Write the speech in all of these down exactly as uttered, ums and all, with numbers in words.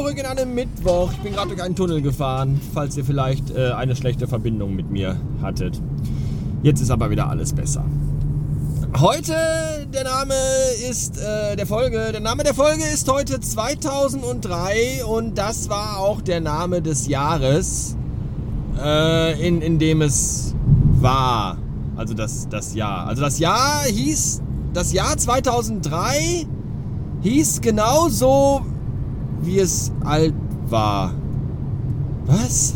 zurück in einem Mittwoch. Ich bin gerade durch einen Tunnel gefahren, falls ihr vielleicht äh, eine schlechte Verbindung mit mir hattet. Jetzt ist aber wieder alles besser. Heute, der Name ist äh, der Folge, der Name der Folge ist heute zweitausenddrei und das war auch der Name des Jahres, äh, in, in dem es war. Also das, das Jahr. Also das Jahr hieß, das Jahr zweitausenddrei hieß genauso, wie es alt war. Was?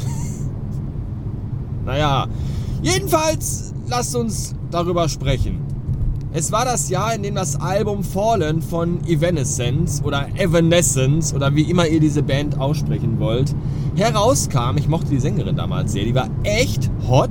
Naja, jedenfalls lasst uns darüber sprechen. Es war das Jahr, in dem das Album Fallen von Evanescence oder Evanescence oder wie immer ihr diese Band aussprechen wollt, herauskam. Ich mochte die Sängerin damals sehr, die war echt hot.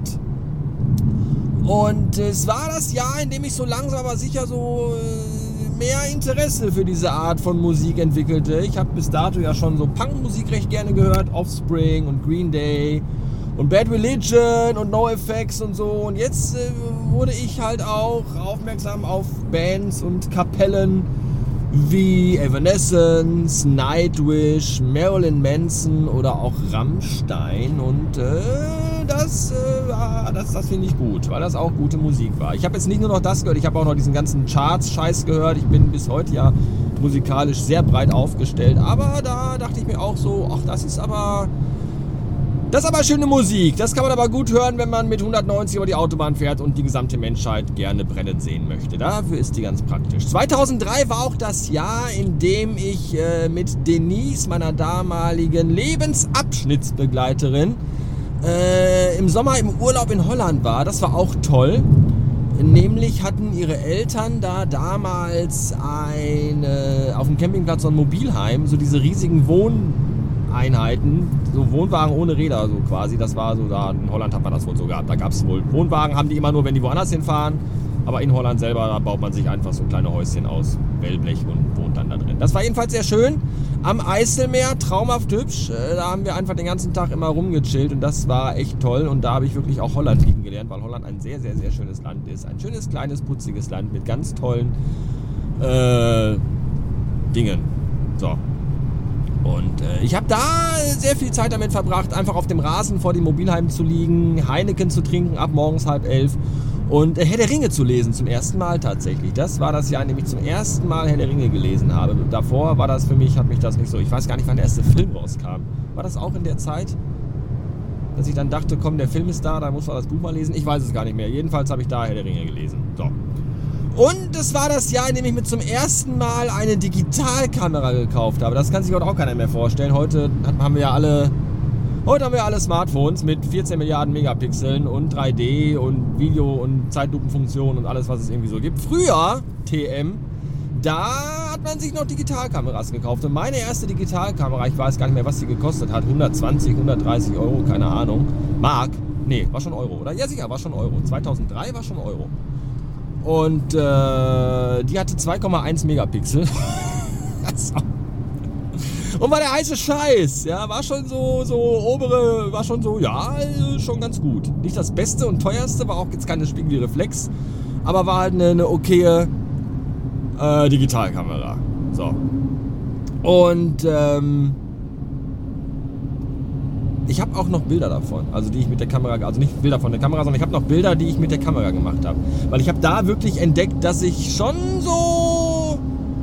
Und es war das Jahr, in dem ich so langsam aber sicher so mehr Interesse für diese Art von Musik entwickelte. Ich habe bis dato ja schon so Punkmusik recht gerne gehört, Offspring und Green Day und Bad Religion und NoFX und so. Und jetzt äh, wurde ich halt auch aufmerksam auf Bands und Kapellen wie Evanescence, Nightwish, Marilyn Manson oder auch Rammstein. Und äh, das, äh, das, das finde ich gut, weil das auch gute Musik war. Ich habe jetzt nicht nur noch das gehört, ich habe auch noch diesen ganzen Charts-Scheiß gehört. Ich bin bis heute ja musikalisch sehr breit aufgestellt. Aber da dachte ich mir auch so, ach, das ist aber... Das ist aber schöne Musik. Das kann man aber gut hören, wenn man mit hundertneunzig über die Autobahn fährt und die gesamte Menschheit gerne brennen sehen möchte. Dafür ist die ganz praktisch. zweitausenddrei war auch das Jahr, in dem ich äh, mit Denise, meiner damaligen Lebensabschnittsbegleiterin, äh, im Sommer im Urlaub in Holland war. Das war auch toll. Nämlich hatten ihre Eltern da damals eine, auf dem Campingplatz so ein Mobilheim, so diese riesigen Wohneinheiten, so Wohnwagen ohne Räder so quasi, das war so, da in Holland hat man das wohl so gehabt, da gab es wohl Wohnwagen, haben die immer nur, wenn die woanders hinfahren, aber in Holland selber, da baut man sich einfach so kleine Häuschen aus Wellblech und wohnt dann da drin. Das war jedenfalls sehr schön, am Eiselmeer, traumhaft hübsch, da haben wir einfach den ganzen Tag immer rumgechillt und das war echt toll und da habe ich wirklich auch Holland lieben gelernt, weil Holland ein sehr, sehr, sehr schönes Land ist, ein schönes, kleines, putziges Land mit ganz tollen äh, Dingen. So. Und äh, ich habe da sehr viel Zeit damit verbracht, einfach auf dem Rasen vor dem Mobilheim zu liegen, Heineken zu trinken ab morgens halb elf und äh, Herr der Ringe zu lesen, zum ersten Mal tatsächlich. Das war das Jahr, in dem ich zum ersten Mal Herr der Ringe gelesen habe. Davor war das für mich, hat mich das nicht so, ich weiß gar nicht, wann der erste Film rauskam. War das auch in der Zeit, dass ich dann dachte, komm, der Film ist da, da muss man das Buch mal lesen? Ich weiß es gar nicht mehr. Jedenfalls habe ich da Herr der Ringe gelesen. So. Und es war das Jahr, in dem ich mir zum ersten Mal eine Digitalkamera gekauft habe. Das kann sich heute auch keiner mehr vorstellen. Heute haben wir ja alle, heute haben wir alle Smartphones mit vierzehn Milliarden Megapixeln und drei D und Video- und Zeitlupenfunktionen und alles, was es irgendwie so gibt. Früher, T M, da hat man sich noch Digitalkameras gekauft. Und meine erste Digitalkamera, ich weiß gar nicht mehr, was sie gekostet hat, hundertzwanzig, hundertdreißig Euro, keine Ahnung. Mark? Nee, war schon Euro, oder? Ja, sicher, war schon Euro. zweitausenddrei war schon Euro. Und äh, die hatte zwei Komma eins Megapixel. Und war der heiße Scheiß. Ja, war schon so, so obere, war schon so, ja, schon ganz gut. Nicht das Beste und teuerste, war auch jetzt keine Spiegelreflex, aber war halt eine, eine okaye äh, Digitalkamera. So. Und ähm, ich habe auch noch Bilder davon, also die ich mit der Kamera, also nicht Bilder von der Kamera, sondern ich habe noch Bilder, die ich mit der Kamera gemacht habe. Weil ich habe da wirklich entdeckt, dass ich schon so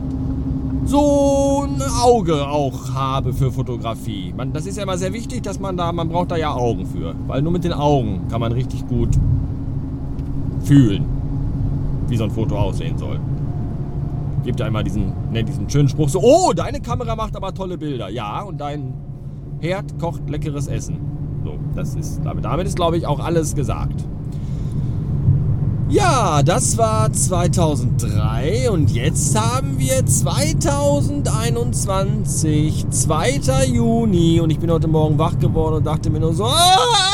so ein Auge auch habe für Fotografie. Man, das ist ja immer sehr wichtig, dass man da, man braucht da ja Augen für. Weil nur mit den Augen kann man richtig gut fühlen, wie so ein Foto aussehen soll. Gibt ja immer diesen, ne, diesen schönen Spruch so, oh, deine Kamera macht aber tolle Bilder. Ja, und dein Herd kocht leckeres Essen. So, das ist, damit ist, glaube ich, auch alles gesagt. Ja, das war zweitausenddrei und jetzt haben wir zweitausendeinundzwanzig, zweiter Juni und ich bin heute Morgen wach geworden und dachte mir nur so, ah,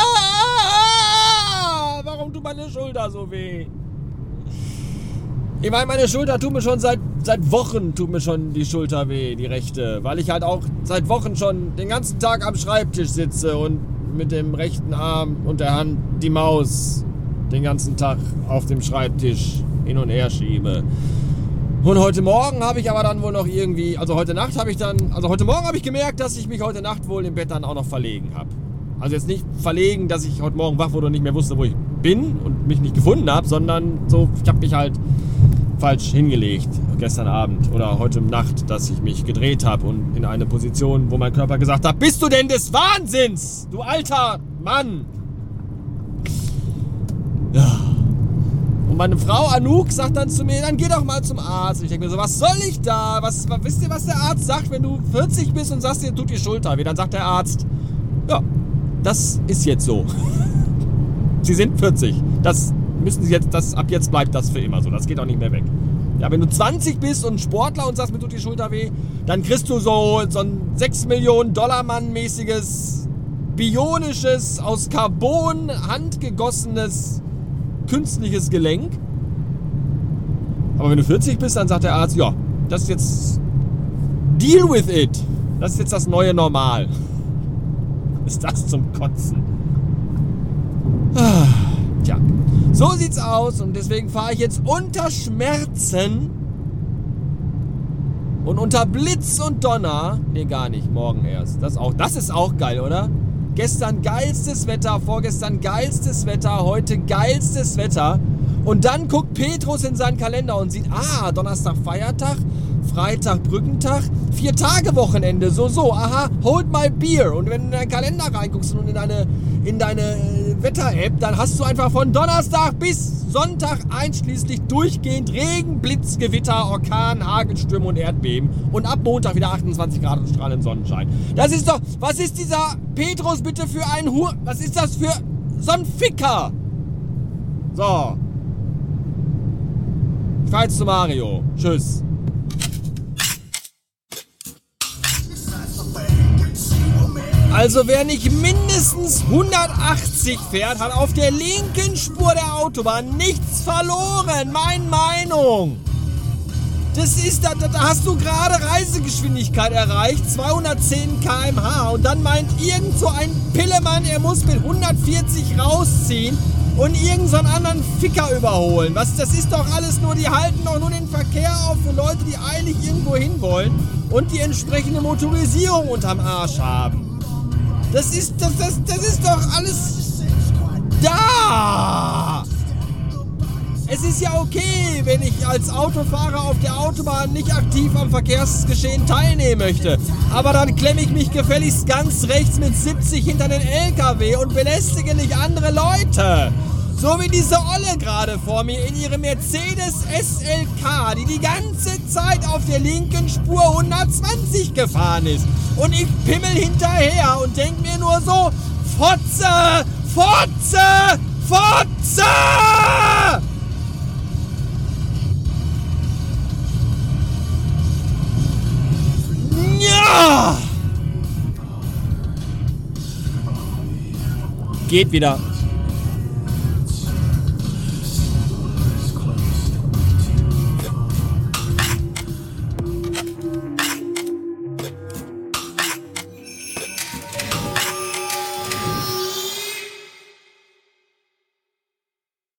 warum tut meine Schulter so weh? Ich meine, meine Schulter tut mir schon seit, seit Wochen tut mir schon die Schulter weh, die rechte, weil ich halt auch seit Wochen schon den ganzen Tag am Schreibtisch sitze und mit dem rechten Arm und der Hand die Maus den ganzen Tag auf dem Schreibtisch hin und her schiebe. Und heute Morgen habe ich aber dann wohl noch irgendwie, also heute Nacht habe ich dann, also heute Morgen habe ich gemerkt, dass ich mich heute Nacht wohl im Bett dann auch noch verlegen habe. Also jetzt nicht verlegen, dass ich heute Morgen wach wurde und nicht mehr wusste, wo ich bin und mich nicht gefunden habe, sondern so, ich habe mich halt falsch hingelegt gestern Abend oder heute Nacht, dass ich mich gedreht habe und in eine Position, wo mein Körper gesagt hat, bist du denn des Wahnsinns, du alter Mann? Ja. Und meine Frau Anouk sagt dann zu mir, dann geh doch mal zum Arzt. Und ich denke mir so, was soll ich da? Was, was, wisst ihr, was der Arzt sagt, wenn du vierzig bist und sagst, dir tut die Schulter weh? Dann sagt der Arzt, ja, das ist jetzt so. Sie sind vierzig. Das müssen Sie jetzt, das, ab jetzt bleibt das für immer so. Das geht auch nicht mehr weg. Ja, wenn du zwanzig bist und Sportler und sagst, mir tut die Schulter weh, dann kriegst du so, so ein sechs Millionen Dollar Mann mäßiges, bionisches, aus Carbon handgegossenes, künstliches Gelenk. Aber wenn du vierzig bist, dann sagt der Arzt, ja, das ist jetzt, deal with it. Das ist jetzt das neue Normal. Ist das zum Kotzen? Ah, tja, so sieht's aus und deswegen fahre ich jetzt unter Schmerzen und unter Blitz und Donner. Nee, gar nicht, morgen erst. Das, auch, das ist auch geil, oder? Gestern geilstes Wetter, vorgestern geilstes Wetter, heute geilstes Wetter. Und dann guckt Petrus in seinen Kalender und sieht, ah, Donnerstag Feiertag, Freitag Brückentag, vier Tage Wochenende, so, so, aha, hold my beer. Und wenn du in deinen Kalender reinguckst und in deine, in deine Wetter-App, dann hast du einfach von Donnerstag bis Sonntag einschließlich durchgehend Regen, Blitz, Gewitter, Orkan, Hagelstürme und Erdbeben. Und ab Montag wieder achtundzwanzig Grad und strahlenden Sonnenschein. Das ist doch, was ist dieser Petrus bitte für ein Hur... Was ist das für so ein Ficker? So. Ich fahr jetzt zu Mario. Tschüss. Also wer nicht mindestens hundertachtzig fährt, hat auf der linken Spur der Autobahn nichts verloren. Meine Meinung. Das ist, da, da hast du gerade Reisegeschwindigkeit erreicht, zweihundertzehn Kilometer pro Stunde. Und dann meint irgend so ein Pillemann, er muss mit hundertvierzig rausziehen und irgend so einen anderen Ficker überholen. Was, das ist doch alles nur, die halten doch nur den Verkehr auf für Leute, die eilig irgendwo hin wollen und die entsprechende Motorisierung unterm Arsch haben. Das ist, das, das, das ist doch alles da! Es ist ja okay, wenn ich als Autofahrer auf der Autobahn nicht aktiv am Verkehrsgeschehen teilnehmen möchte. Aber dann klemme ich mich gefälligst ganz rechts mit siebzig hinter den L K W und belästige nicht andere Leute. So wie diese Olle gerade vor mir in ihrem Mercedes S L K, die die ganze Zeit auf der linken Spur hundertzwanzig gefahren ist. Und ich pimmel hinterher und denk mir nur so, Fotze, Fotze, Fotze! Ja! Geht wieder.